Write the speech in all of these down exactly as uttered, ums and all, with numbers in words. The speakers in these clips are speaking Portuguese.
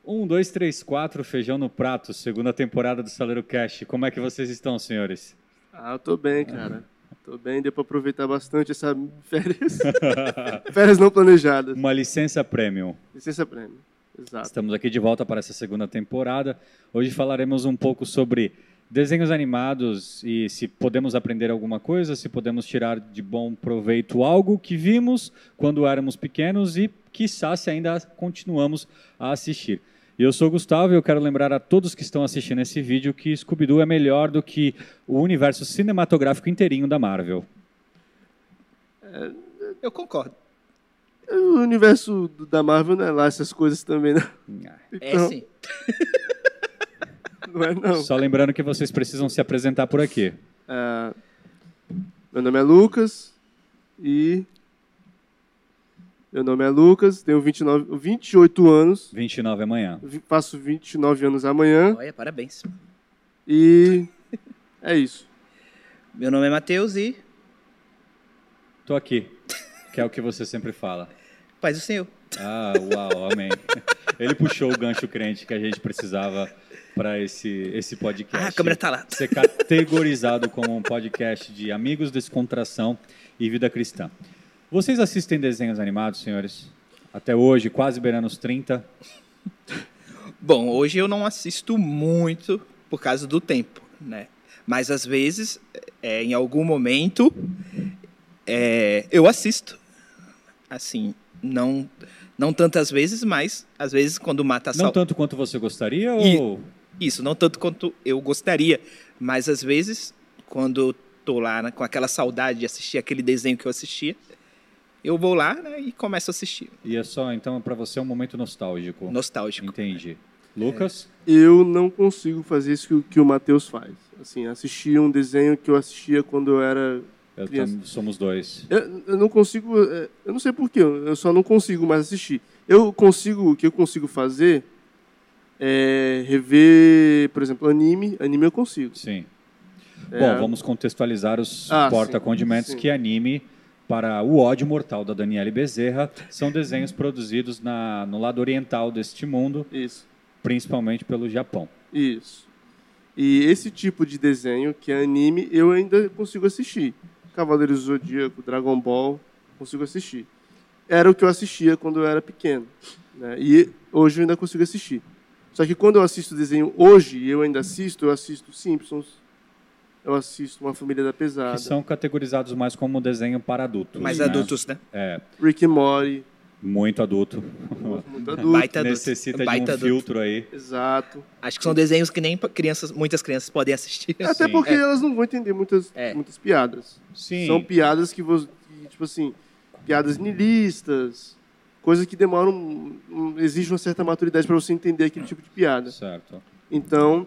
Um, dois, três, quatro, feijão no prato, segunda temporada do Saleiro Cast. Como é que vocês estão, senhores? Ah, eu tô bem, cara. Tô bem, deu pra aproveitar bastante essa férias. Férias não planejadas. Uma licença premium. Licença prêmio, exato. Estamos aqui de volta para essa segunda temporada. Hoje falaremos um pouco sobre desenhos animados e se podemos aprender alguma coisa, se podemos tirar de bom proveito algo que vimos quando éramos pequenos e, quiçá, se ainda continuamos a assistir. Eu sou o Gustavo e eu quero lembrar a todos que estão assistindo esse vídeo que Scooby-Doo é melhor do que o universo cinematográfico inteirinho da Marvel. É, eu concordo. O universo da Marvel não é lá essas coisas também, né? Então, é sim. Não é não. Só lembrando que vocês precisam se apresentar por aqui. É, meu nome é Lucas e... Meu nome é Lucas, tenho vinte e nove, vinte e oito anos. vinte e nove amanhã. Faço vinte e nove anos amanhã. Olha, parabéns. E é isso. Meu nome é Matheus e... Tô aqui, que é o que você sempre fala. Paz do Senhor. Ah, uau, amém. Ele puxou o gancho crente que a gente precisava para esse, esse podcast. Ah, a câmera tá lá. Ser categorizado como um podcast de amigos, descontração e vida cristã. Vocês assistem desenhos animados, senhores? Até hoje, quase beirando os trinta. Bom, hoje eu não assisto muito por causa do tempo, né? Mas às vezes, é, em algum momento, é, eu assisto. Assim, não, não tantas vezes, mas às vezes quando mata a Não saudade. tanto quanto você gostaria? E, ou... Isso, não tanto quanto eu gostaria, mas às vezes, quando estou lá, né, com aquela saudade de assistir aquele desenho que eu assistia, eu vou lá, né, e começo a assistir. E é só, então, para você é um momento nostálgico. Nostálgico. Entendi. Lucas? Eu não consigo fazer isso que, que o Matheus faz. Assim, assistir um desenho que eu assistia quando eu era Eu criança. tam, somos dois. Eu, eu não consigo... Eu não sei porquê, eu só não consigo mais assistir. Eu consigo... O que eu consigo fazer é rever, por exemplo, anime. Anime eu consigo. Sim. É... Bom, vamos contextualizar os Ah, porta-condimentos sim, sim. que anime... para O Ódio Mortal, da Daniele Bezerra, são desenhos produzidos na, no lado oriental deste mundo, Isso. principalmente pelo Japão. Isso. E esse tipo de desenho, que é anime, eu ainda consigo assistir. Cavaleiros do Zodíaco, Dragon Ball, consigo assistir. Era o que eu assistia quando eu era pequeno, né? E hoje eu ainda consigo assistir. Só que quando eu assisto desenho hoje, e eu ainda assisto, eu assisto Simpsons, eu assisto Uma Família da Pesada. Que são categorizados mais como desenho para adultos. Mais né? adultos, né? É, Rick and Morty, muito adulto. muito adulto. Baita adulto. Necessita Baita de um adulto. filtro aí. Exato. Acho que são desenhos que nem crianças, muitas crianças podem assistir. Até Sim. porque É. elas não vão entender muitas, É. muitas piadas. Sim. São piadas que, você, que, tipo assim, piadas nihilistas, coisas que demoram, um, exigem uma certa maturidade para você entender aquele tipo de piada. Certo. Então,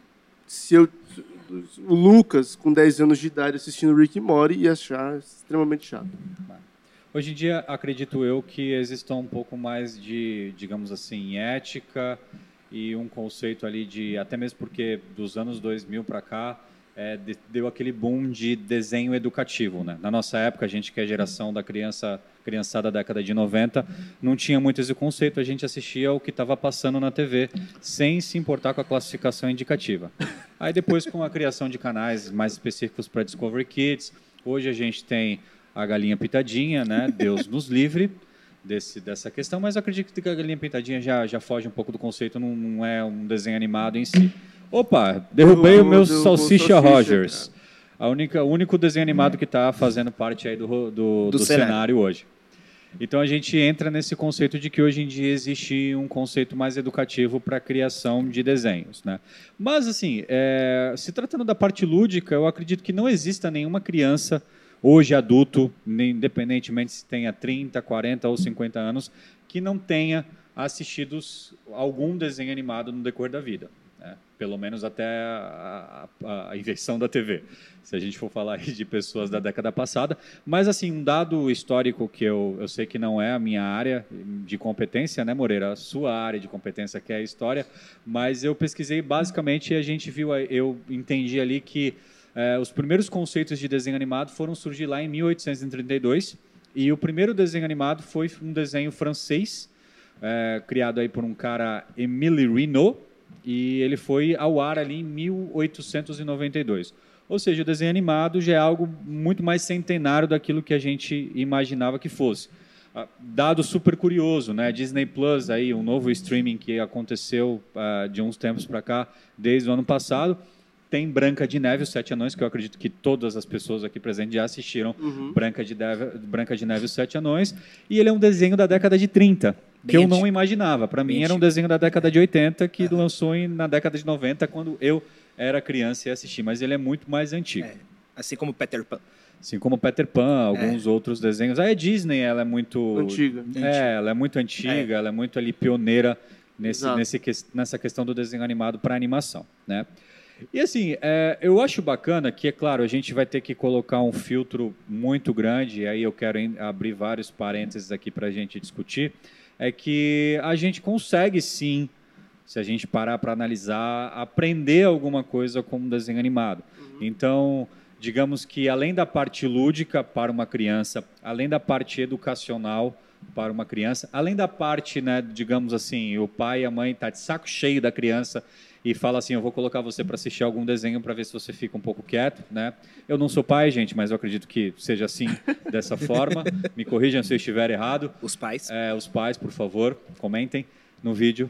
se eu, o Lucas, com dez anos de idade, assistindo Rick and Morty, ia achar extremamente chato. Hoje em dia, acredito eu que exista um pouco mais de, digamos assim, ética e um conceito ali de, até mesmo porque dos anos dois mil para cá, é, de, deu aquele boom de desenho educativo, né? Na nossa época, a gente que é a geração da criança, criançada da década de noventa, não tinha muito esse conceito, a gente assistia o que estava passando na T V, sem se importar com a classificação indicativa. Aí depois, com a criação de canais mais específicos para Discovery Kids, hoje a gente tem a Galinha Pintadinha, né? Deus nos livre desse, dessa questão, mas eu acredito que a Galinha Pintadinha já, já foge um pouco do conceito, não, não é um desenho animado em si. Opa, derrubei o meu Derrubou Salsicha Salsicha, Rogers. A única, o único desenho animado que está fazendo parte aí do, do, do, Do cenário. cenário. hoje. Então a gente entra nesse conceito de que hoje em dia existe um conceito mais educativo para a criação de desenhos, né? Mas assim, é, se tratando da parte lúdica, eu acredito que não exista nenhuma criança hoje adulto, independentemente se tenha trinta, quarenta ou cinquenta anos, que não tenha assistido algum desenho animado no decorrer da vida. Né? Pelo menos até a, a, a invenção da T V, se a gente for falar aí de pessoas da década passada. Mas, assim, um dado histórico que eu, eu sei que não é a minha área de competência, né, Moreira? A sua área de competência, que é a história, mas eu pesquisei basicamente e a gente viu, eu entendi ali que eh, os primeiros conceitos de desenho animado foram surgir lá em mil oitocentos e trinta e dois, e o primeiro desenho animado foi um desenho francês, é, criado aí por um cara, Émile Reynaud, e ele foi ao ar ali em mil oitocentos e noventa e dois. Ou seja, o desenho animado já é algo muito mais centenário daquilo que a gente imaginava que fosse. Dado super curioso, né? Disney Plus, aí, um novo streaming que aconteceu uh, de uns tempos para cá, desde o ano passado, tem Branca de Neve, os Sete Anões, que eu acredito que todas as pessoas aqui presentes já assistiram, uhum. Branca de Neve, Branca de Neve e os Sete Anões, e ele é um desenho da década de trinta, que Bem eu não imaginava. Para mim era um desenho da década de oitenta, que ah. lançou em, na década de noventa, quando eu era criança e assisti, mas ele é muito mais antigo. É, assim como Peter Pan. Assim como Peter Pan, alguns é. outros desenhos. A Disney, ela é muito... Antiga. É, ela é muito antiga, é. ela é muito ali pioneira nesse, nesse, nessa questão do desenho animado para animação, né? E assim, é, eu acho bacana que, é claro, a gente vai ter que colocar um filtro muito grande, e aí eu quero abrir vários parênteses aqui para a gente discutir, é que a gente consegue sim, se a gente parar para analisar, aprender alguma coisa com um desenho animado. Uhum. Então... digamos que, além da parte lúdica para uma criança, além da parte educacional para uma criança, além da parte, né, digamos assim, o pai e a mãe estão tá de saco cheio da criança e fala assim, eu vou colocar você para assistir algum desenho para ver se você fica um pouco quieto, né? Eu não sou pai, gente, mas eu acredito que seja assim, dessa forma. Me corrijam se eu estiver errado. Os pais. É, os pais, por favor, comentem no vídeo.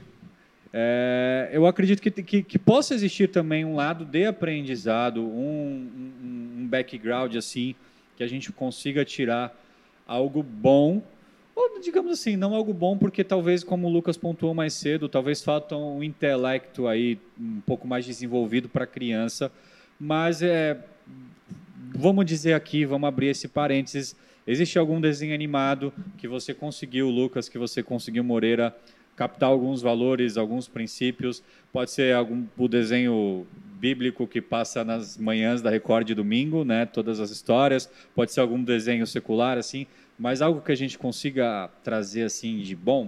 É, eu acredito que, que, que possa existir também um lado de aprendizado, um, um, um background assim, que a gente consiga tirar algo bom, ou digamos assim, não algo bom, porque talvez, como o Lucas pontuou mais cedo, talvez falta um intelecto aí um pouco mais desenvolvido para a criança, mas é, vamos dizer aqui, vamos abrir esse parênteses, existe algum desenho animado que você conseguiu, Lucas, que você conseguiu, Moreira, captar alguns valores, alguns princípios, pode ser algum o desenho bíblico que passa nas manhãs da Record de domingo, né, todas as histórias, pode ser algum desenho secular assim, mas algo que a gente consiga trazer assim de bom.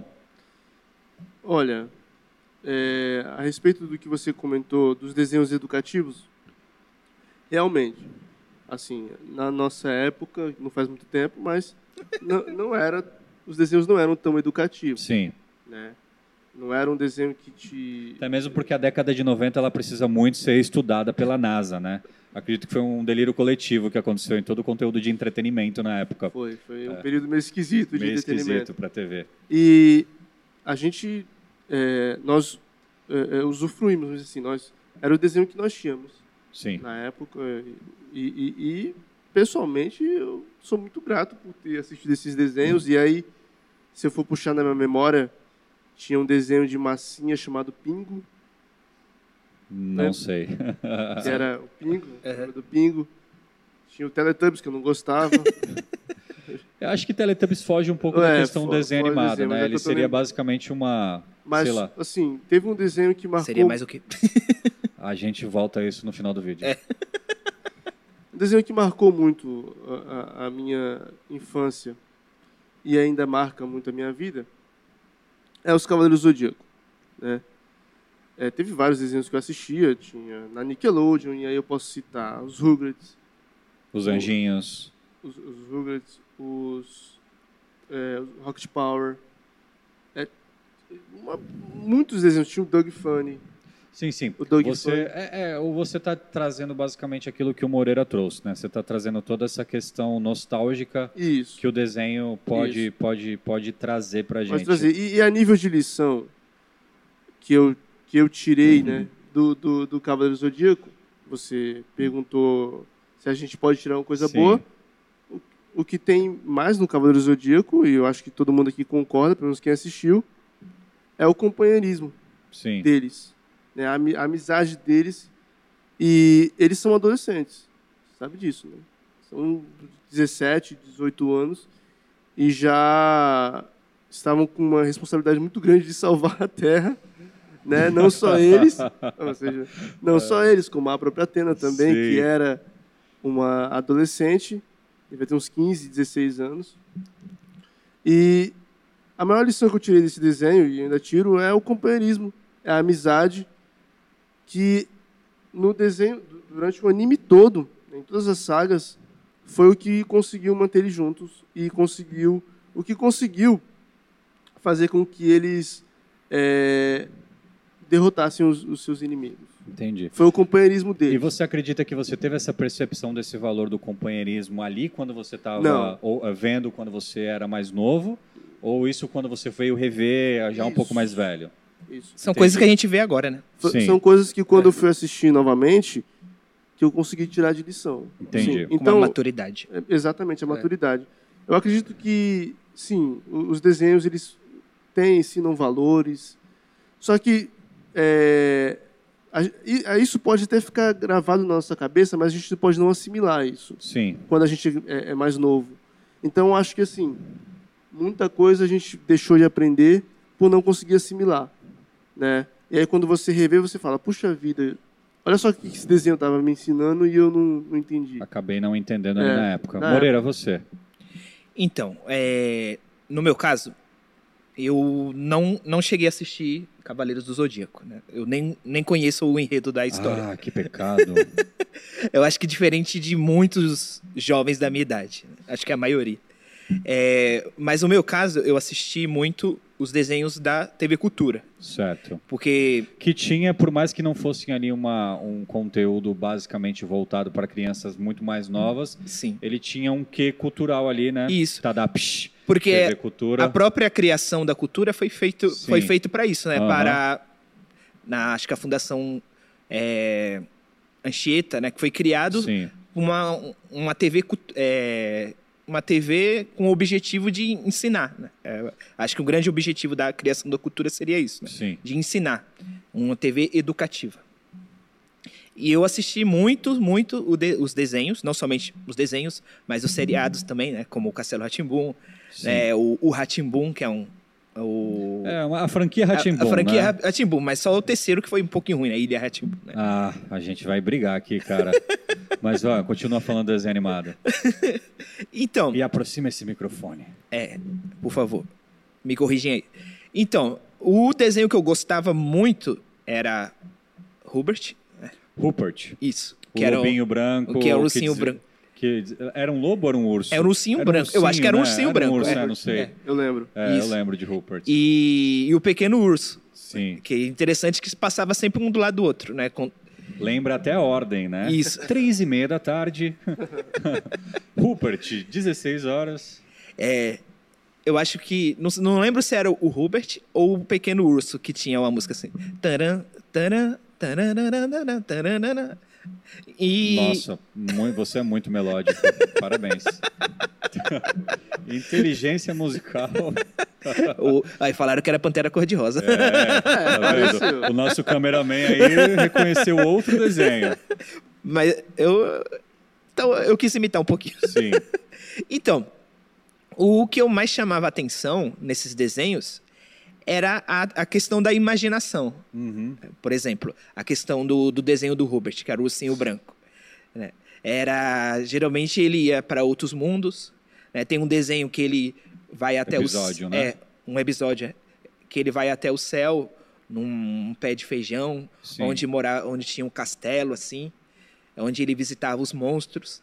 Olha, é, a respeito do que você comentou dos desenhos educativos, realmente, assim, na nossa época, não faz muito tempo, mas não, não era, os desenhos não eram tão educativos. Sim. Né? Não era um desenho que te... Até mesmo porque a década de noventa ela precisa muito ser estudada pela NASA, né? Acredito que foi um delírio coletivo que aconteceu em todo o conteúdo de entretenimento na época. Foi, foi um é. período meio esquisito de meio entretenimento. Meio esquisito para a T V. E a gente, é, nós é, usufruímos, assim, nós, era o desenho que nós tínhamos. Sim. Na época. E, e, e, pessoalmente, eu sou muito grato por ter assistido esses desenhos. E aí, se eu for puxar na minha memória... tinha um desenho de massinha chamado Pingo. Não né? sei. Que era o Pingo, uhum. do Pingo. Tinha o Teletubbies, que eu não gostava. Eu acho que Teletubbies foge um pouco é, da questão do desenho animado, desenho, né? É Ele seria lembrando. basicamente uma... Mas, sei lá. assim, teve um desenho que marcou... Seria mais o quê? A gente volta a isso no final do vídeo. É. Um desenho que marcou muito a, a, a minha infância e ainda marca muito a minha vida é Os Cavaleiros do Zodíaco, né? É, teve vários desenhos que eu assistia, tinha na Nickelodeon, e aí eu posso citar os Rugrats. Os Anjinhos. Os, os Rugrats, os, é, os Rocket Power. É, uma, muitos desenhos, tinha o Doug Funny. Sim, sim. O Doug você é, é, você está trazendo basicamente aquilo que o Moreira trouxe, né? Você está trazendo toda essa questão nostálgica Isso. que o desenho pode, pode, pode trazer para a gente. Pode trazer. E, e a nível de lição que eu, que eu tirei, uhum. né, do, do, do Cavaleiro Zodíaco, você perguntou se a gente pode tirar uma coisa Sim. boa. O, o que tem mais no Cavaleiro Zodíaco, e eu acho que todo mundo aqui concorda, pelo menos quem assistiu, é o companheirismo Sim. deles. Né, a amizade deles, e eles são adolescentes, sabe disso, né? São dezessete, dezoito anos, e já estavam com uma responsabilidade muito grande de salvar a Terra, né? Não só eles, ou seja, não só eles, como a própria Atena também, Sim. que era uma adolescente, devia ter uns quinze, dezesseis anos, e a maior lição que eu tirei desse desenho, e ainda tiro, é o companheirismo, é a amizade, que no desenho, durante o anime todo, em todas as sagas, foi o que conseguiu manter eles juntos e conseguiu, o que conseguiu fazer com que eles é, derrotassem os, os seus inimigos. Entendi. Foi o companheirismo deles. E você acredita que você teve essa percepção desse valor do companheirismo ali quando você Não. estava vendo quando você era mais novo? Ou isso quando você veio rever já um Isso. pouco mais velho? Isso. São Entendi. coisas que a gente vê agora, né? F- Sim. São coisas que quando eu fui assistir novamente, que eu consegui tirar de lição. Entendi. Sim, Com então, uma maturidade. é, exatamente, a maturidade. Eu acredito que, sim, o- os desenhos, eles têm, ensinam valores, só que é, a- e- a- isso pode até ficar gravado na nossa cabeça, mas a gente pode não assimilar isso Sim. quando a gente é, é mais novo. Então, eu acho que, assim, muita coisa a gente deixou de aprender por não conseguir assimilar, né? E aí, quando você revê, você fala, puxa vida, olha só o que esse desenho estava me ensinando e eu não, não entendi. Acabei não entendendo ali É, na época. na Moreira, você. Então, é, no meu caso, eu não, não cheguei a assistir Cavaleiros do Zodíaco. Né? Eu nem, nem conheço o enredo da história. Ah, que pecado. Eu acho que diferente de muitos jovens da minha idade. Né? Acho que a maioria. É, mas no meu caso, eu assisti muito os desenhos da T V Cultura. Certo. Porque, Que tinha, por mais que não fossem ali uma, um conteúdo basicamente voltado para crianças muito mais novas, sim, ele tinha um quê cultural ali, né? Isso. Tadapsh. porque T V Cultura. a própria criação da cultura foi feito, Sim. foi feito para isso, né? Aham. Para, na, acho que a Fundação é, Anchieta, né? Que foi criado Sim. uma, uma T V cult- é, uma T V com o objetivo de ensinar. Né? É, acho que o grande objetivo da criação da cultura seria isso, né? Sim. De ensinar. Uma T V educativa. E eu assisti muito, muito o de- os desenhos, não somente os desenhos, mas os seriados também, né? Como o Castelo Rá-Tim-Bum, Sim. né? o, o Rá-Tim-Bum, que é um... O, É, uma- a franquia a, Rá-Tim-Bum, a franquia né? Rá-Tim-Bum, mas só o terceiro que foi um pouquinho ruim, né? Ilha Rá-Tim-Bum, né? Ah, a gente vai brigar aqui, cara. Mas, ó, continua falando do desenho animado. Então, E aproxima esse microfone. é, por favor, me corrigem aí. Então, o desenho que eu gostava muito era Hubert, né? Rupert. Isso. O Que era lobinho branco. que é o ursinho diz- branco. Que, era um lobo ou era um urso? Era um ursinho Era um branco. Eu acho que era um né? ursinho Era branco, Um urso, é. é, não sei. É. Eu lembro. É, eu Isso. lembro de Rupert. E, e o Pequeno Urso. Sim. Que é interessante que se passava sempre um do lado do outro, né? Com- Lembra até a ordem, né? Isso. Três e meia da tarde. Rupert, dezesseis horas. é, eu acho que... Não, não lembro se era o Hubert ou o Pequeno Urso que tinha uma música assim. Taran, taran, tararararara, tararara. E... Nossa, mu- você é muito melódico. Parabéns. Inteligência musical. o- aí falaram que era Pantera Cor-de-Rosa. É, tá vendo? O nosso cameraman aí reconheceu outro desenho. Mas eu... Então, eu quis imitar um pouquinho. Sim. Então, o que eu mais chamava atenção nesses desenhos era a, a questão da imaginação. Uhum. Por exemplo, a questão do, do desenho do Hubert, que era o ursinho branco. Né? Era, geralmente ele ia para outros mundos. Né? Tem um desenho que ele vai até Episódio, o né? É, um episódio é, que ele vai até o céu num pé de feijão, Sim. onde mora, onde tinha um castelo assim, onde ele visitava os monstros.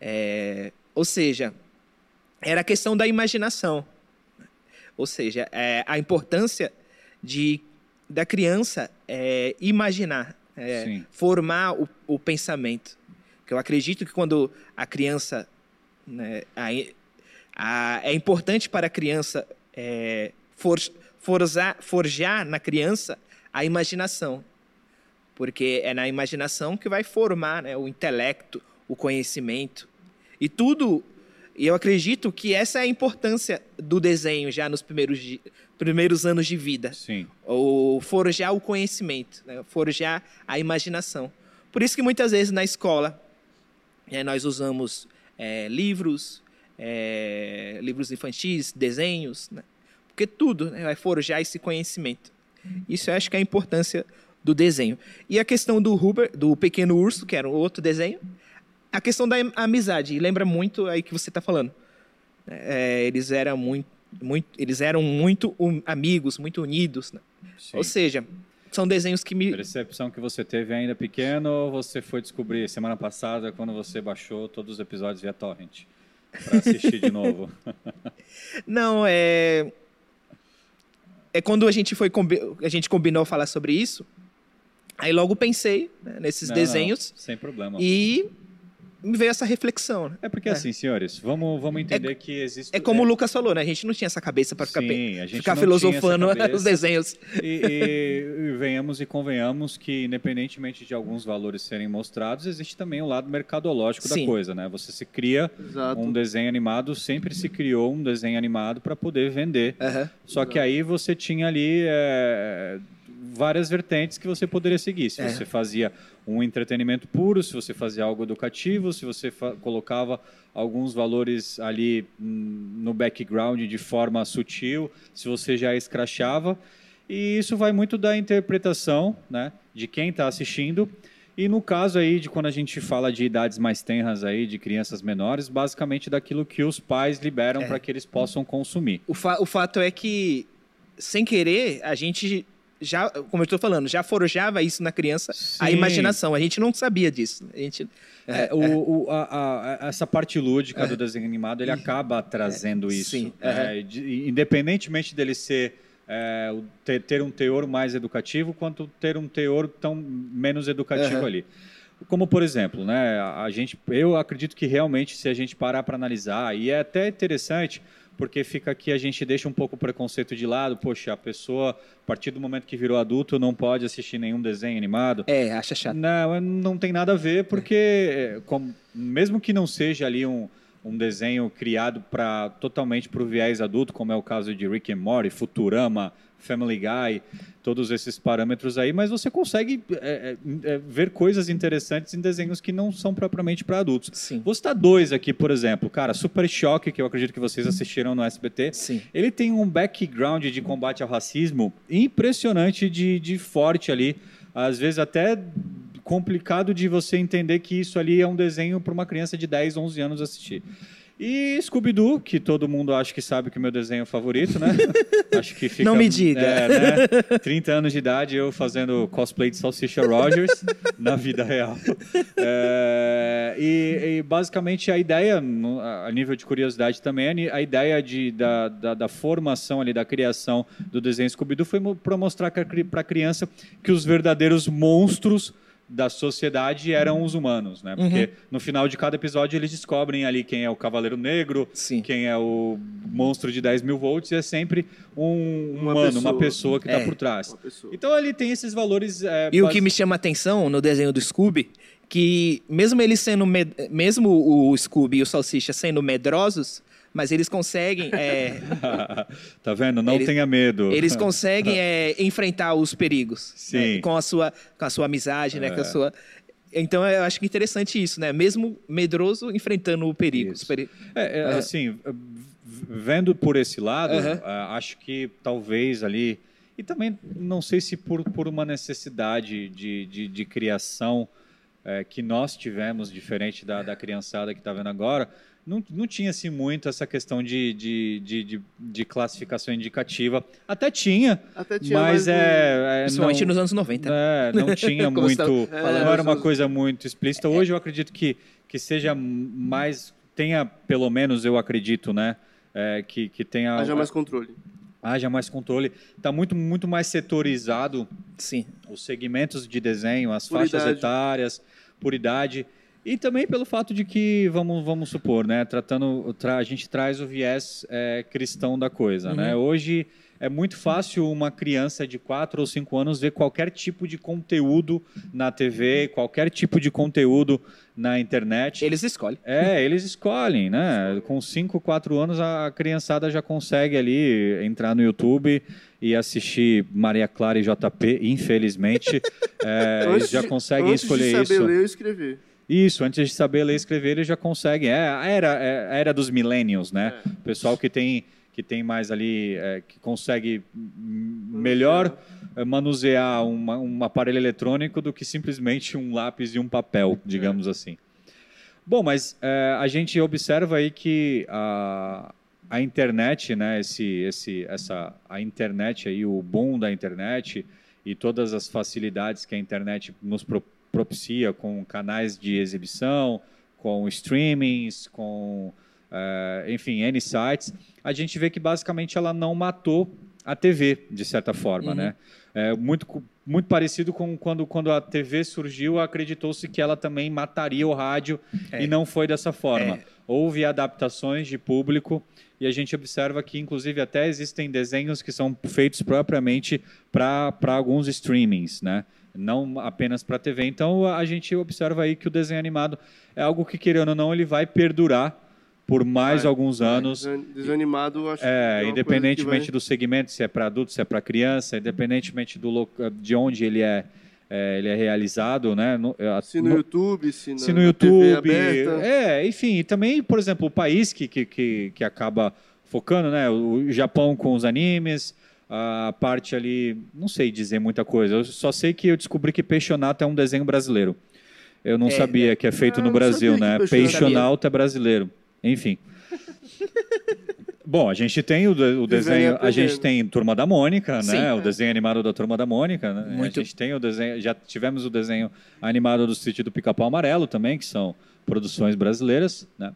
É, ou seja, era a questão da imaginação. Ou seja, é, a importância de, da criança é, imaginar, é, Sim. formar o, o pensamento. Porque eu acredito que quando a criança... Né, a, a, é importante para a criança é, for, forjar, forjar na criança a imaginação. Porque é na imaginação que vai formar, né, o intelecto, o conhecimento. E tudo... E eu acredito que essa é a importância do desenho já nos primeiros, di- primeiros anos de vida. Sim. Ou forjar o conhecimento, né? Forjar a imaginação. Por isso que muitas vezes na escola eh, nós usamos eh, livros, eh, livros infantis, desenhos, né? Porque tudo, né, vai forjar esse conhecimento. Isso eu acho que é a importância do desenho. E a questão do Hubert, do Pequeno Urso, que era um outro desenho, a questão da amizade, e lembra muito aí que você está falando. É, eles eram muito, muito, eles eram muito um, amigos, muito unidos. Né? Sim. Ou seja, são desenhos que me... Percepção que você teve ainda pequeno ou você foi descobrir semana passada quando você baixou todos os episódios via torrent para assistir de novo? Não, é... é quando a gente foi a gente combinou falar sobre isso, aí logo pensei, né, nesses não, desenhos. Não, sem problema. E me veio essa reflexão. Né? É porque é. assim, senhores, vamos, vamos entender é, que existe... É como é, o Lucas falou, né? A gente não tinha essa cabeça para ficar, sim, a gente ficar não filosofando tinha os desenhos. E, e, e venhamos e convenhamos que, independentemente de alguns valores serem mostrados, existe também o lado mercadológico sim. da coisa, né? Você se cria Exato. um desenho animado, sempre se criou um desenho animado para poder vender. Uhum. Só Exato. que aí você tinha ali... É, várias vertentes que você poderia seguir. Se é. você fazia um entretenimento puro, se você fazia algo educativo, se você colocava alguns valores ali no background de forma sutil, se você já escrachava. E isso vai muito da interpretação, né, de quem está assistindo. E no caso aí de quando a gente fala de idades mais tenras aí, de crianças menores, basicamente daquilo que os pais liberam é. para que eles possam consumir. O, fa o fato é que, sem querer, a gente... já, como eu estou falando, já forjava isso na criança, Sim. a imaginação. A gente não sabia disso. A gente, é, é, o, o, a, a, essa parte lúdica é. do desenho animado, ele acaba trazendo é. isso. Sim. É, de, independentemente dele ser, é, ter, ter um teor mais educativo, quanto ter um teor tão menos educativo uhum. ali. Como, por exemplo, né, a gente, eu acredito que realmente, se a gente parar para analisar, e é até interessante... porque fica aqui, a gente deixa um pouco o preconceito de lado. Poxa, a pessoa, a partir do momento que virou adulto, não pode assistir nenhum desenho animado. É, acha chato. Não, não tem nada a ver, porque é. como, mesmo que não seja ali um, um desenho criado pra, totalmente para o viés adulto, como é o caso de Rick and Morty, Futurama, Family Guy, todos esses parâmetros aí, mas você consegue é, é, ver coisas interessantes em desenhos que não são propriamente para adultos. Sim. Vou citar dois aqui, por exemplo. Cara, Super Choque, que eu acredito que vocês assistiram no S B T. Sim. Ele tem um background de combate ao racismo impressionante, de, de forte ali. Às vezes até complicado de você entender que isso ali é um desenho para uma criança de dez, onze anos assistir. E Scooby-Doo, que todo mundo acha que sabe que é o meu desenho favorito, né? Acho que fica... Não me diga. É, né? trinta anos de idade, eu fazendo cosplay de Salsicha Rogers na vida real. É, e, e basicamente a ideia, a nível de curiosidade também, a ideia de, da, da, da formação ali, da criação do desenho Scooby-Doo foi para mostrar para a criança que os verdadeiros monstros da sociedade eram os humanos, né? Porque uhum. no final de cada episódio eles descobrem ali quem é o Cavaleiro Negro, Sim. quem é o monstro de dez mil volts, e é sempre um uma humano, pessoa. uma pessoa que está é. por trás. Então ele tem esses valores... É, e base... o que me chama a atenção no desenho do Scooby, que mesmo ele sendo med... mesmo o Scooby e o Salsicha sendo medrosos, mas eles conseguem... É... tá vendo? Não eles, tenha medo. Eles conseguem é, enfrentar os perigos. Sim. Né? Com, a sua, com a sua amizade, né? É. Com a sua... Então, eu acho que é interessante isso, né? Mesmo medroso, enfrentando o perigo. Peri... É, é, uhum. Assim, vendo por esse lado, uhum. uh, acho que talvez ali... E também, não sei se por, por uma necessidade de, de, de criação é, que nós tivemos, diferente da, da criançada que está vendo agora... Não, não tinha assim, muito essa questão de, de, de, de, de classificação indicativa. Até tinha, Até tinha mas, mas é, é... Principalmente não, nos anos noventa. É, não tinha muito... É, não era uma coisa muito explícita. Hoje eu acredito que, que seja mais... Tenha, pelo menos, eu acredito, né? É, que, que tenha... Haja mais controle. Haja mais controle. Está muito, muito mais setorizado. Sim. Os segmentos de desenho, as por faixas idade. etárias, por idade... E também pelo fato de que, vamos, vamos supor, né, tratando, tra, a gente traz o viés é, cristão da coisa. Uhum. Né? Hoje é muito fácil uma criança de quatro ou cinco anos ver qualquer tipo de conteúdo na T V, qualquer tipo de conteúdo na internet. Eles escolhem. É, eles escolhem, né? Com cinco, quatro anos a criançada já consegue ali entrar no YouTube e assistir Maria Clara e J P, infelizmente. É, eles já conseguem antes escolher de saber isso. ler e escrever. Isso, antes de saber ler e escrever, eles já conseguem. É a era, é a era dos millennials, né? É. O pessoal que tem, que tem mais ali, é, que consegue melhor manusear uma, um aparelho eletrônico do que simplesmente um lápis e um papel, digamos é. assim. Bom, mas é, a gente observa aí que a, a internet, né? Esse, esse, essa, a internet aí, o boom da internet e todas as facilidades que a internet nos propõe, propicia com canais de exibição, com streamings, com, uh, enfim, N sites, a gente vê que basicamente ela não matou a T V, de certa forma, Uhum. né? É muito, co- muito parecido com quando, quando a T V surgiu, acreditou-se que ela também mataria o rádio É. e não foi dessa forma. É. Houve adaptações de público e a gente observa que, inclusive, até existem desenhos que são feitos propriamente para alguns streamings, né? Não apenas para a T V. Então, a gente observa aí que o desenho animado é algo que, querendo ou não, ele vai perdurar por mais Vai, alguns vai. anos. Desenho- Desenho animado, eu acho que É, uma coisa independentemente que vai- do segmento, se é para adulto, se é para criança, independentemente do loca- de onde ele é, é, ele é realizado, né? No, é, Se no, no- YouTube, se, na, se no na T V YouTube, aberta. é, enfim, e também, por exemplo, o país que, que, que, que acaba focando, né? O Japão com os animes, a parte ali, não sei dizer muita coisa, eu só sei que eu descobri que Peixonato é um desenho brasileiro. Eu não É, sabia é. que é feito Ah, no eu não Brasil, sabia né? que Peixonato- Peixonauta é brasileiro. Enfim. Bom, a gente tem o, de- o desenho, a gente aprendendo. tem Turma da Mônica, né? Sim. O desenho animado da Turma da Mônica, né? Muito. A gente tem o desenho, já tivemos o desenho animado do Sítio do Pica-Pau Amarelo também, que são produções brasileiras, né?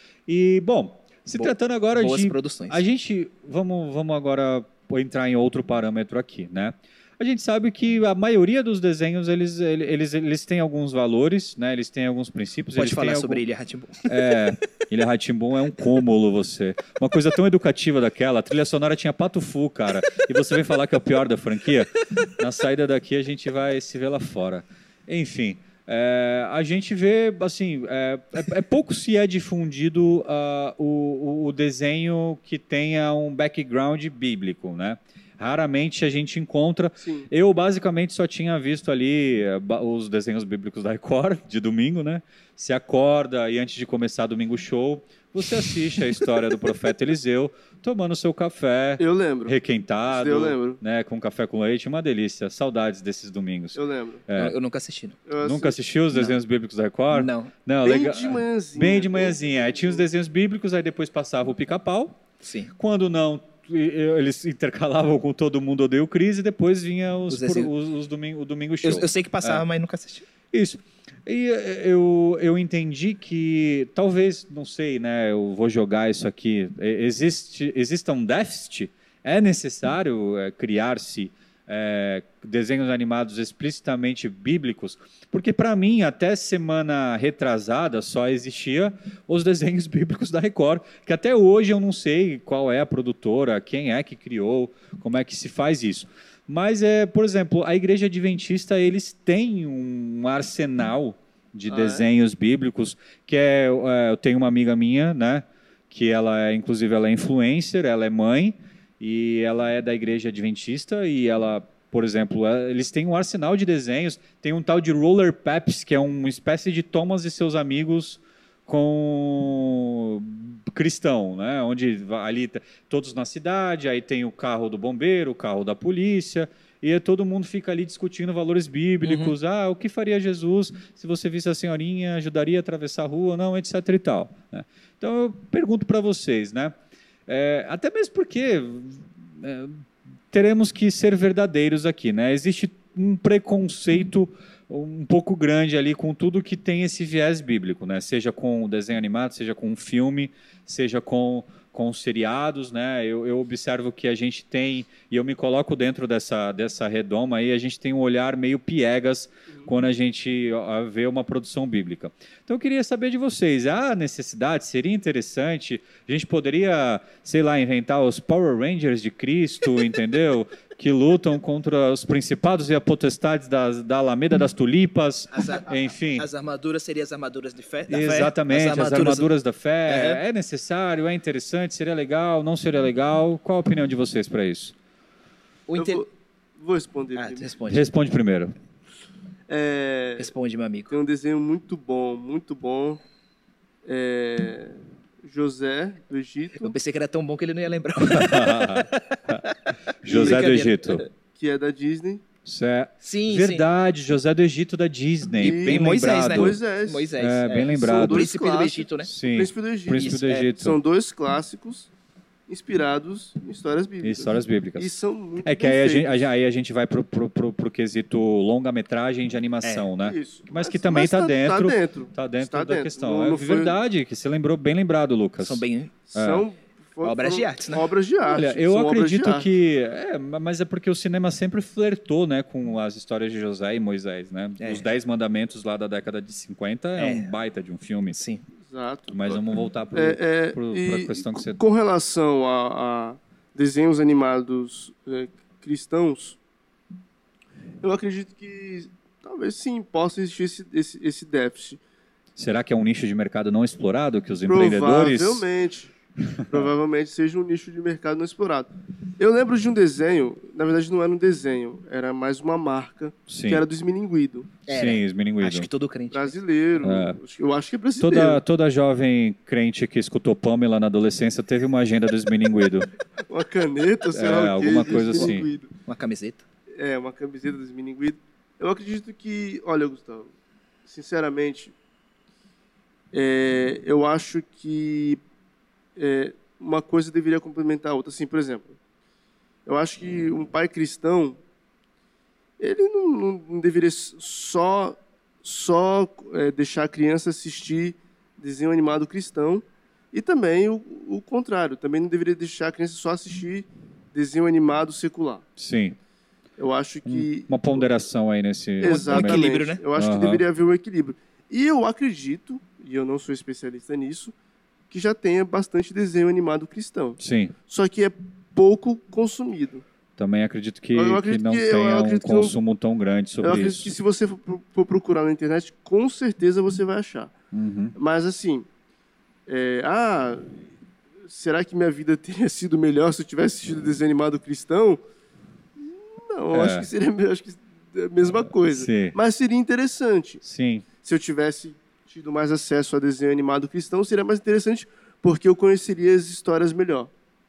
E bom, se Bo- tratando agora boas de produções. a gente vamos vamos agora entrar em outro parâmetro aqui, né? A gente sabe que a maioria dos desenhos eles, eles, eles têm alguns valores, né? Eles têm alguns princípios. Pode eles falar têm sobre algum... Ilha Rá-Tim-Bum. É, Ilha Rá-Tim-Bum é um cúmulo você. Uma coisa tão educativa daquela. A trilha sonora tinha Pato Fu, cara. E você vem falar que é o pior da franquia? Na saída daqui a gente vai se ver lá fora. Enfim, é, a gente vê, assim, é, é, é pouco se é difundido uh, o, o, o desenho que tenha um background bíblico, né? Raramente a gente encontra. Sim. Eu, basicamente, só tinha visto ali eh, ba- os desenhos bíblicos da Record, de domingo, né? Se acorda e antes de começar domingo show, você assiste a história do profeta Eliseu tomando seu café Eu lembro. requentado, Eu lembro. né? Com café com leite, uma delícia. Saudades desses domingos. Eu lembro. É. Eu, eu nunca assisti. Não. Eu Nunca assisti. assistiu os desenhos bíblicos da Record? Não. Não, Bem legal. de manhãzinha. Bem de manhãzinha. Aí tinha os desenhos bíblicos, aí depois passava o Pica-Pau. Sim. Quando não, e- eles intercalavam com Todo Mundo Odeia o Cris e depois vinha os, Os desenhos. os, os domingo, o Domingo Show. Eu, eu sei que passava, É. mas nunca assisti. Isso. E eh, eu, eu entendi que, talvez, não sei, né? Eu vou jogar isso aqui. eh, Existe, exista um déficit? É necessário eh, criar-se eh, desenhos animados explicitamente bíblicos? Porque, para mim, até semana retrasada, só existia os desenhos bíblicos da Record, que até hoje eu não sei qual é a produtora, quem é que criou, como é que se faz isso. Mas, é, por exemplo, a Igreja Adventista, eles têm um arsenal de Ah, é? desenhos bíblicos, que é, é, eu tenho uma amiga minha, né, que ela é, inclusive, ela é influencer, ela é mãe, e ela é da Igreja Adventista, e ela, por exemplo, é, eles têm um arsenal de desenhos, tem um tal de Roller Peps, que é uma espécie de Thomas e seus amigos com cristão, né? Onde va- ali tá todos na cidade, aí tem o carro do bombeiro, o carro da polícia, e todo mundo fica ali discutindo valores bíblicos. Ah, o que faria Jesus se você visse a senhorinha, ajudaria a atravessar a rua, não, etc e tal, né? Então eu pergunto para vocês, né? É, até mesmo porque é, teremos que ser verdadeiros aqui, né? Existe um preconceito um pouco grande ali com tudo que tem esse viés bíblico, né? Seja com o desenho animado, seja com um filme, seja com, com os seriados, né? Eu, eu observo que a gente tem, e eu me coloco dentro dessa, dessa redoma aí, a gente tem um olhar meio piegas quando a gente ó, vê uma produção bíblica. Então eu queria saber de vocês, há necessidade, seria interessante, a gente poderia, sei lá, inventar os Power Rangers de Cristo, entendeu? Que lutam contra os principados e a potestades das, da Alameda das Tulipas, As, a- enfim. as armaduras seriam as armaduras de fé? da fé? Exatamente, as armaduras, da fé. É. É necessário, é interessante, seria legal, não seria legal? Qual a opinião de vocês para isso? O Eu inte- vou, vou responder. Ah, primeiro. responde. Responde primeiro. É, Responde, meu amigo. tem um desenho muito bom, muito bom. É, José, do Egito, Eu pensei que era tão bom que ele não ia lembrar. José do Brincadeira. Egito. que é da Disney. Isso é Sim, verdade, José do Egito da Disney. E bem Moisés, lembrado. né? Moisés. Moisés. É, bem São lembrado. O dois príncipe do clássicos. Egito, né? Sim. Príncipe do Egito. Príncipe do Isso, é. Egito. São dois clássicos inspirados em histórias bíblicas. Histórias bíblicas. E são muito É que bem aí a, gente, feitos. aí a gente vai pro, pro, pro, pro quesito longa-metragem de animação, né? Isso. Mas que também mas tá dentro- Tá dentro. Tá dentro Está da dentro. questão. Não- é não foi- verdade, que você lembrou bem lembrado, Lucas. São bem... São For, Obras foram de arte, né? Obras de arte. Olha, eu são obras de acredito arte. que... É, mas é porque o cinema sempre flertou, né, com as histórias de José e Moisés, né? É. Os Dez Mandamentos lá da década de cinquenta é, É. um baita de um filme. Sim. Exato. Mas vamos voltar para É, é, a e questão que você... com relação a, a desenhos animados é, cristãos, eu acredito que talvez sim possa existir esse, esse, esse déficit. Será que é um nicho de mercado não explorado que os empreendedores... Provavelmente. Provavelmente seja um nicho de mercado não explorado. Eu lembro de um desenho, na verdade não era um desenho, era mais uma marca, Sim. que era do Esmilinguido. Era. Sim, Esmilinguido. Acho que todo crente. Brasileiro. É. Eu acho que é brasileiro. Toda, toda jovem crente que escutou Pamela na adolescência teve uma agenda do Esmilinguido. Uma caneta, sei É, lá o quê, alguma do coisa assim. Esmilinguido. Uma camiseta. É, uma camiseta do Esmilinguido. Eu acredito que... Olha, Gustavo, sinceramente, é, eu acho que é, uma coisa deveria complementar a outra. Assim, por exemplo, eu acho que um pai cristão, ele não, não, não deveria só, só é, deixar a criança assistir desenho animado cristão, e também o, o contrário, também não deveria deixar a criança só assistir desenho animado secular. Sim. Eu acho que... Uma ponderação aí nesse... Exatamente. Um equilíbrio, né? Eu acho Aham. que deveria haver um equilíbrio. E eu acredito, e eu não sou especialista nisso, que já tenha bastante desenho animado cristão. Sim. Só que é pouco consumido. Também acredito que, Eu que acredito não que- eu tenha um acredito que não- consumo tão grande sobre eu acredito isso. que se você for, pro- for procurar na internet, com certeza você vai achar. Uhum. Mas assim, é, ah, será que minha vida teria sido melhor se eu tivesse assistido desenho animado cristão? Não, eu É. acho que seria eu acho que é a mesma coisa. Sim. Mas seria interessante. Sim. Se eu tivesse tido mais acesso a desenho animado cristão, seria mais interessante porque eu conheceria as histórias melhor.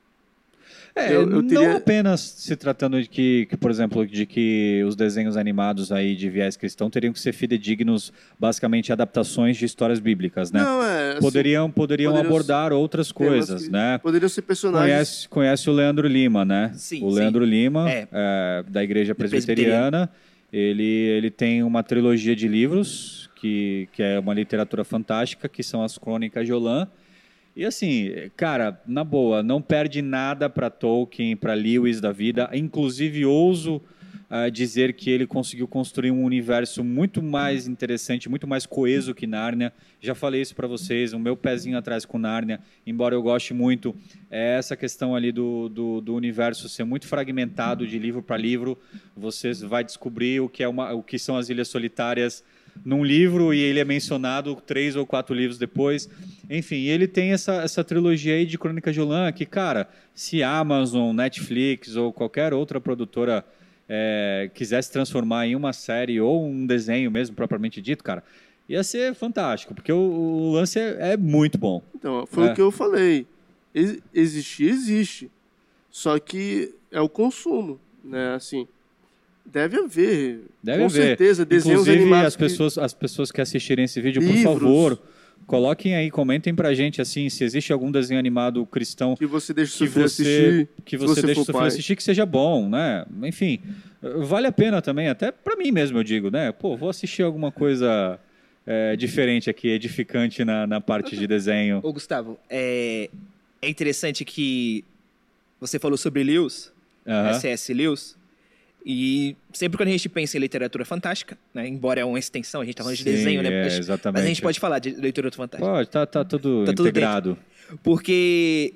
É, Eu- eu teria- não apenas se tratando de que, que, por exemplo, de que os desenhos animados aí de viés cristão teriam que ser fidedignos, basicamente adaptações de histórias bíblicas, né? Não, é. assim, poderiam poderiam poderiam abordar outras temas coisas, que né? Poderiam ser personagens. Conhece, conhece o Leandro Lima, né? Sim, o sim. Leandro Lima, É. é, da Igreja Presbiteriana. Presbiteriana, ele, ele tem uma trilogia de livros, que, que é uma literatura fantástica, que são as Crônicas de Olã. E assim, cara, na boa, não perde nada para Tolkien, para Lewis da vida. Inclusive, ouso ah, dizer que ele conseguiu construir um universo muito mais interessante, muito mais coeso que Nárnia. Já falei isso para vocês, o meu pezinho atrás com Nárnia, embora eu goste muito, é essa questão ali do, do, do universo ser muito fragmentado de livro para livro. Você vai descobrir o que, é uma, o que são as Ilhas Solitárias num livro e ele é mencionado três ou quatro livros depois. Enfim, ele tem essa, essa trilogia aí de Crônicas de Olã que, cara, se a Amazon, Netflix ou qualquer outra produtora é, quisesse transformar em uma série ou um desenho mesmo, propriamente dito, cara, ia ser fantástico, porque o, o lance é, é muito bom. Então, foi É. o que eu falei. Ex- Existir, existe. Só que é o consumo, né? Assim, deve haver, Deve com haver. certeza, desenhos Inclusive, animados as pessoas, as pessoas que assistirem esse vídeo, Livros. por favor, coloquem aí, comentem pra gente, assim, se existe algum desenho animado cristão que, que você deixa que sofrer você, assistir. que se você você deixa for sofrer pai. assistir, que seja bom, né? Enfim, vale a pena também, até pra mim mesmo, eu digo, né? Pô, vou assistir alguma coisa é, diferente aqui, edificante na, na parte de desenho. Ô, Gustavo, é, é interessante que você falou sobre Lewis, Aham. C S. Lewis, e sempre quando a gente pensa em literatura fantástica, né, embora é uma extensão, a gente está falando de Sim, desenho, né? é, mas, exatamente. mas a gente pode falar de literatura fantástica. Pode, tá, tá tudo Tá tudo integrado. Porque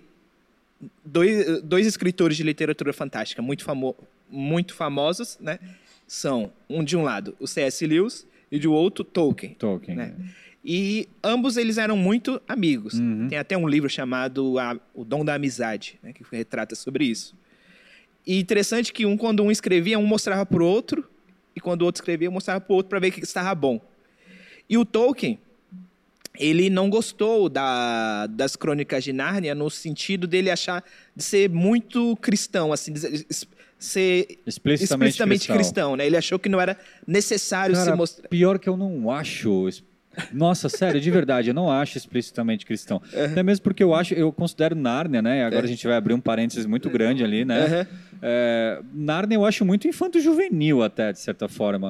dois, dois escritores de literatura fantástica muito, famo, muito famosos, né, são, um de um lado, o C S. Lewis, e de outro, Tolkien. Tolkien. Né? E ambos eles eram muito amigos. Uhum. Tem até um livro chamado a, O Dom da Amizade, né, que retrata sobre isso. E interessante que um, quando um escrevia, um mostrava para o outro, e quando o outro escrevia, mostrava para o outro para ver o que estava bom. E o Tolkien, ele não gostou da, das Crônicas de Nárnia no sentido dele achar de ser muito cristão, assim, de ser Explicitamente, explicitamente cristão. cristão, né? Ele achou que não era necessário Cara, se mostrar. pior que eu não acho. Nossa, sério, de verdade, eu não acho explicitamente cristão. Até mesmo porque eu acho, eu considero Nárnia, né? Agora a gente vai abrir um parênteses muito grande ali, né? Uhum. É, Nárnia eu acho muito infanto-juvenil até, de certa forma.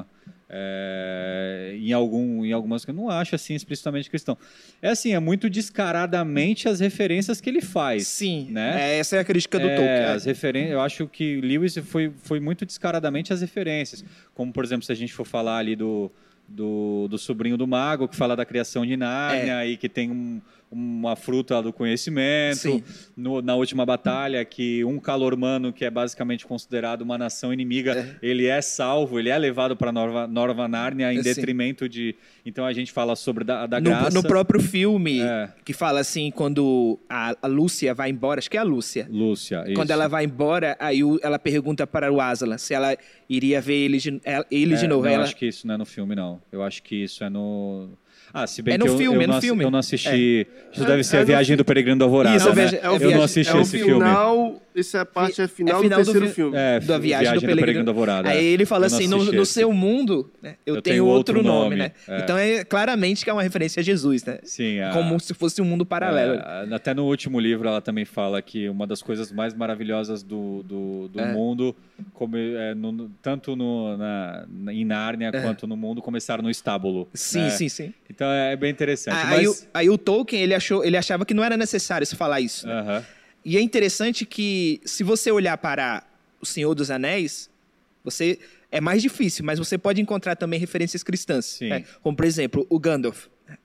É, em, algum, em algumas que eu não acho assim explicitamente cristão. É assim, é muito descaradamente as referências que ele faz. Sim, né? é, essa é a crítica do é, Tolkien. As referen- eu acho que Lewis foi, foi muito descaradamente as referências. Como, por exemplo, se a gente for falar ali do, do, do Sobrinho do Mago, que fala da criação de Nárnia É. e que tem um, uma fruta do conhecimento. No, na última batalha, que um calormano, que é basicamente considerado uma nação inimiga, É. ele é salvo, ele é levado para Nova, Nova Nárnia em É, sim. detrimento de... Então a gente fala sobre da, da No, graça. no próprio filme, É. que fala assim, quando a, a Lúcia vai embora, acho que é a Lúcia. Lúcia, isso. Quando ela vai embora, aí o- ela pergunta para o Aslan se ela iria ver ele de, ela- ele de É, novo. não, ela, acho que isso não é no filme, não. Eu acho que isso é no... Ah, se bem É no que eu, filme, eu, é no não, assi- filme. eu não assisti... Isso É. deve ser É a no Viagem fi- do Peregrino da Alvorada, Isso, é o né? viagem- é o eu viagem- não assisti É o esse filme. final, essa é a parte é final, É final do do terceiro fi- filme. É, da Viagem, Viagem do Peregrino da Alvorada. Aí ele fala Eu não assim, no, assisti no esse. seu mundo, né, eu, Eu tenho, tenho outro outro nome, nome, né? é. Então é claramente que é uma referência a Jesus, né? Sim, a- Como se fosse um mundo paralelo. É, até no último livro ela também fala que uma das coisas mais maravilhosas do, do, do É. mundo, como, é, no- no- tanto no, na, na- em Nárnia quanto no mundo, começaram no estábulo. Sim, né? sim, sim. Então é bem interessante. Ah, mas... aí, o, aí o Tolkien, ele, achou, ele achava que não era necessário se falar isso. né? Aham. E é interessante que, se você olhar para O Senhor dos Anéis, você é mais difícil, mas você pode encontrar também referências cristãs. Sim. né? Como, por exemplo, o Gandalf.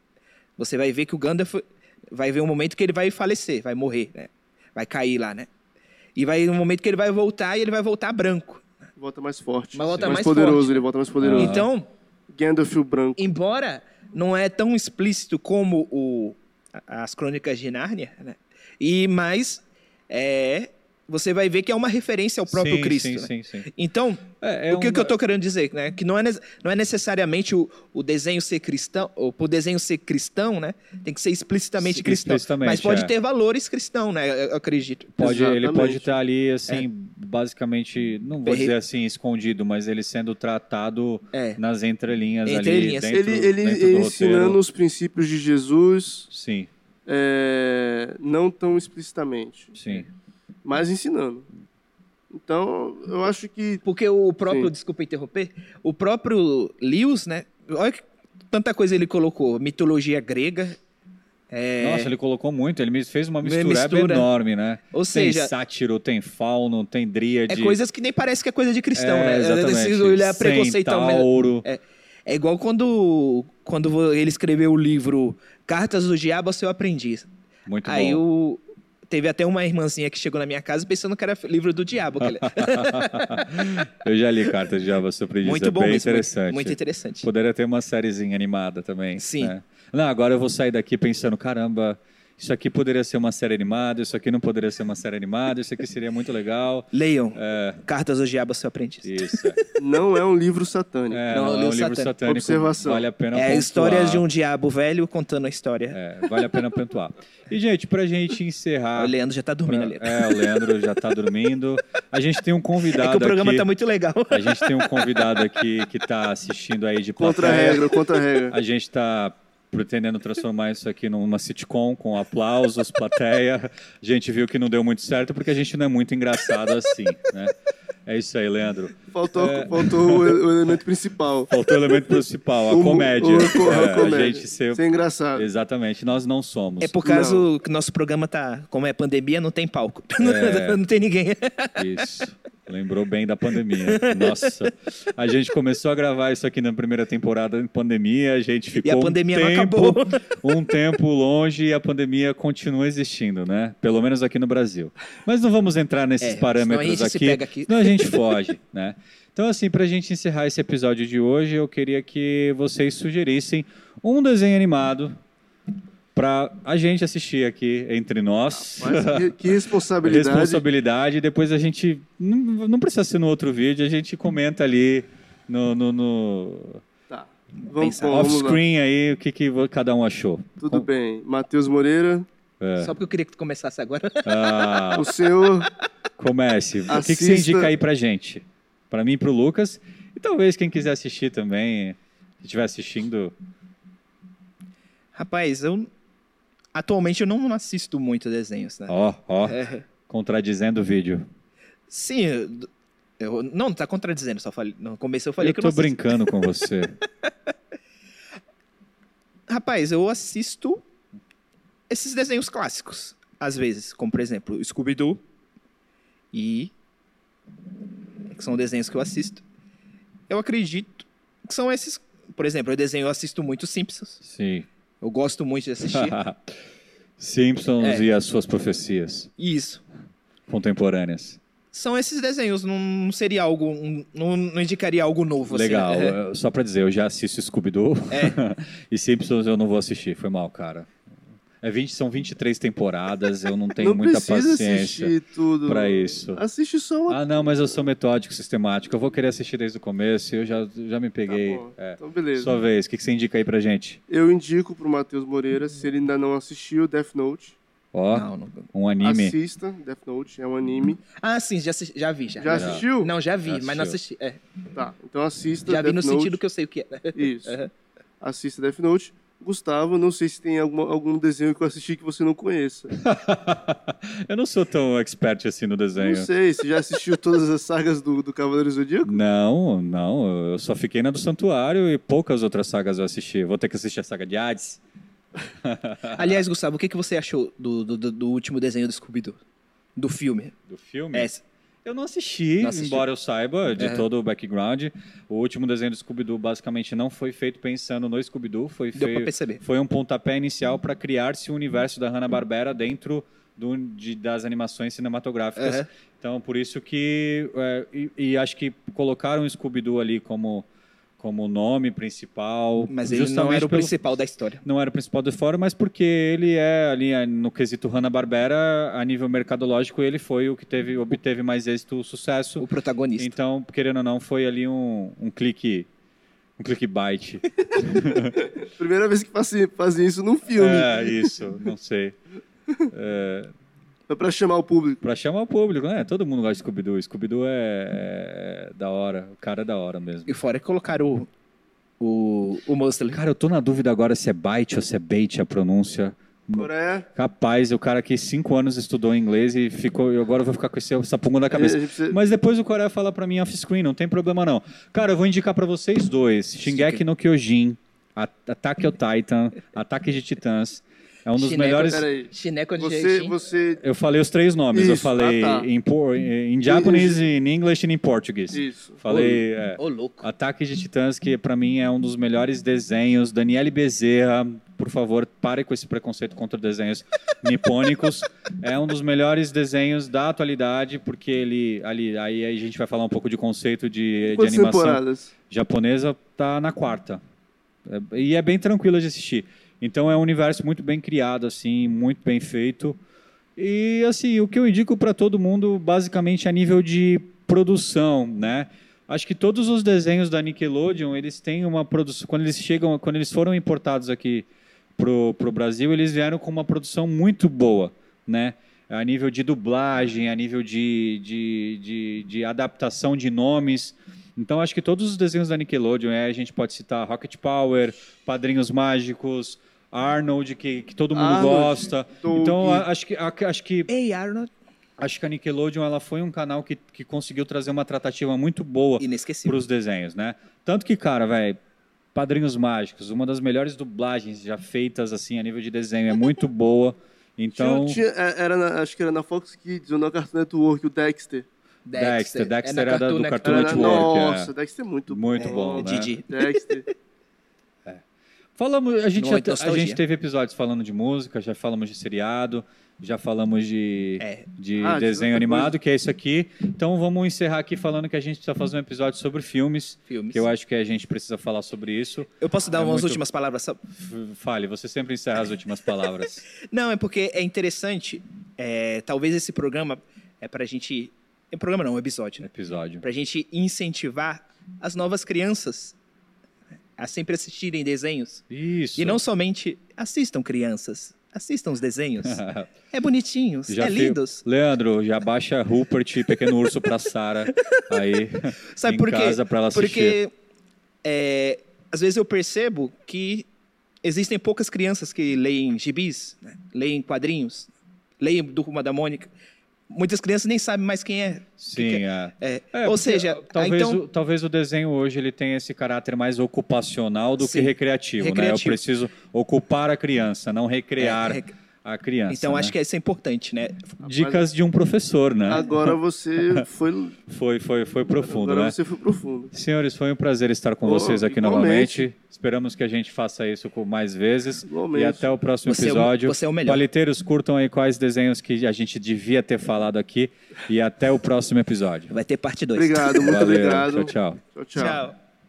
Você vai ver que o Gandalf vai ver um momento que ele vai falecer, vai morrer, né? Vai cair lá, né? E vai um momento que ele vai voltar e ele vai voltar branco. Volta mais forte. Vai voltar mais, mais poderoso, forte. ele volta mais poderoso. Aham. Então, Gandalf o branco. embora não é tão explícito como o, a- as Crônicas de Nárnia, né? E mas é, você vai ver que é uma referência ao próprio Sim, Cristo. sim, né? sim, sim. Então, É, é o que, um- que eu estou querendo dizer, né? Que não é, ne- não é necessariamente o, o desenho ser cristão, ou por desenho ser cristão, né? Tem que ser explicitamente Sim, cristão. explicitamente, Mas pode é. ter valores cristãos, né? Eu, eu acredito. Pode, ele Exatamente. pode estar ali, assim, basicamente, não vou Perre- dizer assim, escondido, mas ele sendo tratado É. nas entrelinhas, Entrelinhas. ali, dentro, Ele, ele dentro do ensinando roteiro. os princípios de Jesus, Sim, é, não tão explicitamente, sim. mas ensinando. Então, eu acho que Porque o próprio, Sim. desculpa interromper, o próprio Lewis, né? Olha que tanta coisa ele colocou. Mitologia grega. é, Nossa, ele colocou muito, ele me fez uma mistureba mistura. enorme, né? Ou tem seja, sátiro, tem fauno, tem dríade. é coisas que nem parece que é coisa de cristão, É, né? exatamente. Esse olhar preconceitual. Centauro. É, é igual quando, quando ele escreveu o livro Cartas do Diabo ao Seu Aprendiz. Muito Aí bom. o, teve até uma irmãzinha que chegou na minha casa pensando que era livro do diabo. aquele- Eu já li Cartas de Java Surpreendista, Muito é bom bem mesmo, interessante. muito interessante. Poderia ter uma sériezinha animada também. Sim. né? Não, agora eu vou sair daqui pensando, caramba, isso aqui poderia ser uma série animada, isso aqui não poderia ser uma série animada, isso aqui seria muito legal. Leiam Cartas do Diabo ao Seu Aprendiz. Isso. não é um livro satânico. É, Não, não, eu é li um o livro satânico. satânico. Observação. Vale a pena É a pontuar. história de um diabo velho contando a história. É, vale a pena pontuar. E, gente, pra gente encerrar... O Leandro já tá dormindo ali. É, o Leandro já tá dormindo. A gente tem um convidado É que o programa aqui. tá muito legal. A gente tem um convidado aqui que tá assistindo aí de Contra a plateia. regra, contra a regra. A gente está pretendendo transformar isso aqui numa sitcom com aplausos, plateia. A gente viu que não deu muito certo porque a gente não é muito engraçado assim, né? É isso aí, Leandro. Faltou, faltou o, o elemento principal. Faltou o elemento principal, a O- comédia. o- o- a É, comédia. A gente ser... Ser engraçado. Exatamente, nós não somos. É por causa que nosso programa tá. Como é pandemia, não tem palco. É. Não tem ninguém. Isso. Lembrou bem da pandemia. Nossa. A gente começou a gravar isso aqui na primeira temporada em pandemia, a gente ficou E a pandemia um não tempo, acabou. um tempo longe e a pandemia continua existindo, né? Pelo menos aqui no Brasil. Mas não vamos entrar nesses É, parâmetros senão a gente se aqui, pega aqui. senão a gente foge, né? Então, assim, para a gente encerrar esse episódio de hoje, eu queria que vocês sugerissem um desenho animado para a gente assistir aqui entre nós. Mas que, que responsabilidade. Responsabilidade. Depois a gente. Não, não precisa ser no outro vídeo, a gente comenta ali no, no, no Tá. Vamos, Pensar. bom, vamos lá. off-screen aí o que, que cada um achou. Tudo bem. Matheus Moreira, É. Só porque eu queria que tu começasse agora. Ah, o senhor comece. O que, que você Assista- indica aí pra gente? Pra mim e pro Lucas. E talvez quem quiser assistir também, que estiver assistindo. Rapaz, eu. Atualmente eu não assisto muito desenhos, né? Ó, ó, É, contradizendo o vídeo. sim, eu- Eu, não, não tá contradizendo, só falei. No começo eu falei eu que eu tô não assisto. brincando com você. Rapaz, eu assisto esses desenhos clássicos, às vezes, como por exemplo, Scooby-Doo e que são desenhos que eu assisto. Eu acredito que são esses, por exemplo, eu desenho, eu assisto muito Simpsons. Sim. Eu gosto muito de assistir. Simpsons É. e as suas profecias Isso. contemporâneas. São esses desenhos, não, não seria algo, um- não, não indicaria algo novo. Legal. Assim, né? Eu- Só pra dizer, eu já assisto Scooby-Doo É. e Simpsons eu não vou assistir. Foi mal, cara. É vinte, são vinte e três temporadas, eu não tenho Não muita precisa paciência assistir tudo. pra isso. Assiste só uma. Ah, não, mas eu sou metódico, sistemático. Eu vou querer assistir desde o começo e eu já, já me Tá peguei. bom. É. Então, beleza. Sua vez, o que, que você indica aí pra gente? Eu indico pro Matheus Moreira, se ele ainda não assistiu, Death Note. Ó, Não, não- um anime. Assista, Death Note, é um anime. Ah, sim, já, assisti- já vi. Já, Já Já. assistiu? Não, já vi, Já mas não assistiu. assisti. É. Tá, então assista Já vi Death no Note. sentido que eu sei o que é. Isso. Aham. Assista Death Note. Gustavo, não sei se tem alguma, algum desenho que eu assisti que você não conheça. Eu não sou tão expert assim no desenho. Não sei, você já assistiu todas as sagas do, do Cavaleiro Zodíaco? Não, não, eu só fiquei na do Santuário e poucas outras sagas eu assisti. Vou ter que assistir a saga de Hades. Aliás, Gustavo, o que, que você achou do, do, do- do último desenho do Scooby-Doo? Do filme? Do filme? É, Eu não assisti, Não assistiu. embora eu saiba de É. todo o background. O último desenho do Scooby-Doo basicamente não foi feito pensando no Scooby-Doo, foi, Deu pra feio- perceber. foi um pontapé inicial para criar-se o universo da Hanna-Barbera dentro do, de- das animações cinematográficas. Aham. Então, por isso que... é, e, e acho que colocaram o Scooby-Doo ali como, como nome principal. Mas ele não justamente era o pelo- principal da história. Não era o principal de fora, mas porque ele é ali é, no quesito Hanna-Barbera, a nível mercadológico, ele foi o que teve, obteve mais êxito, sucesso. O protagonista. Então, querendo ou não, foi ali um, um clique, um clickbait. Primeira vez que fazem, fazem isso num filme. É, isso, não sei. É, É pra chamar o público. pra chamar o público, né? Todo mundo gosta de Scooby-Doo. Scooby-Doo é, é da hora, o cara é da hora mesmo. E fora que colocaram o, o, o Mustard. Cara, eu tô na dúvida agora se é bite ou se é bait a pronúncia. Coreia. Capaz, o cara que cinco anos estudou inglês e ficou, e agora eu vou ficar com esse, essa pulga na cabeça. A gente precisa- Mas depois o Coreia fala pra mim off-screen, não tem problema não. Cara, eu vou indicar pra vocês dois. Shingeki no Kyojin, A- Attack on Titan, Ataque de Titãs. É um dos Shineco, melhores... Peraí. Chineco de Você, jeitinho. você. Eu falei os três nomes. eu Isso, falei ah, tá. em, por, em Japanese, em English e em português. Isso. Falei... é, Ô, louco. Ataque de Titãs, que pra mim é um dos melhores desenhos. Daniele Bezerra, por favor, pare com esse preconceito contra desenhos nipônicos. É um dos melhores desenhos da atualidade, porque ele ali aí a gente vai falar um pouco de conceito de, de Quantas animação temporadas? japonesa, tá na quarta. É- e é bem tranquilo de assistir. Então é um universo muito bem criado, assim, muito bem feito. E assim, o que eu indico para todo mundo, basicamente, a nível de produção, né? Acho que todos os desenhos da Nickelodeon, eles têm uma produção. Quando eles chegam, quando eles foram importados aqui pro, pro Brasil, eles vieram com uma produção muito boa, né? A nível de dublagem, a nível de, de, de, de adaptação de nomes. Então, acho que todos os desenhos da Nickelodeon, é, a gente pode citar Rocket Power, Padrinhos Mágicos, Arnold, que, que todo mundo Arnold, gosta. Doug. Então, a- acho que, a- acho que Ei, Arnold. acho que a Nickelodeon ela foi um canal que, que conseguiu trazer uma tratativa muito boa para Inesquecível. os desenhos, né? Tanto que, cara, velho, Padrinhos Mágicos, uma das melhores dublagens já feitas assim a nível de desenho, é muito boa. Então, Tinha- tinha- é, era na- acho que era na Fox Kids ou na Cartoon Network, o Dexter. Dexter, Dexter na era do Network. Cartoon Era- Network. Nossa, é. Dexter é muito, Muito bom, É, né? Didi. Dexter. Falamos, a gente, já, Muito te- a nostalgia. gente teve episódios falando de música, já falamos de seriado, já falamos de, É. de Ah, de desenho outra animado, coisa. que é isso aqui. Então vamos encerrar aqui falando que a gente precisa fazer um episódio sobre filmes, Filmes. que eu acho que a gente precisa falar sobre isso. Eu posso dar É umas muito- últimas palavras? Só- F- Fale, você sempre encerra as últimas palavras. Não, é porque é interessante. é, talvez esse programa é pra gente. É programa não, é um episódio, né? Episódio. Pra gente incentivar as novas crianças a sempre assistirem desenhos. Isso. E não somente assistam crianças, assistam os desenhos. É bonitinhos, Já é fi- lindos. Leandro, já baixa Rupert e Pequeno Urso pra Sara aí Sabe em por quê? casa pra ela assistir. Porque é, às vezes eu percebo que existem poucas crianças que leem gibis, né? Leem quadrinhos, leem do Turma da Mônica. muitas crianças nem sabem mais quem é. Sim, que que é. é. É, Ou porque, seja, talvez, então... o, talvez o desenho hoje ele tenha esse caráter mais ocupacional do Sim, que recreativo, recreativo. né? Eu preciso ocupar a criança, não recrear É, rec... a criança. Então, né? acho que isso é importante, né? Dicas de um professor, né? Agora você foi... Foi, foi, foi profundo, Agora né? você foi profundo. Senhores, foi um prazer estar com Oh, vocês aqui igualmente. novamente. Esperamos que a gente faça isso com mais vezes. Igualmente. E até o próximo Você é o- episódio. você é o melhor. Paliteiros, curtam aí quais desenhos que a gente devia ter falado aqui. E até o próximo episódio. Vai ter parte dois. Obrigado, muito Valeu, obrigado. Tchau, tchau. Tchau, tchau. Tchau.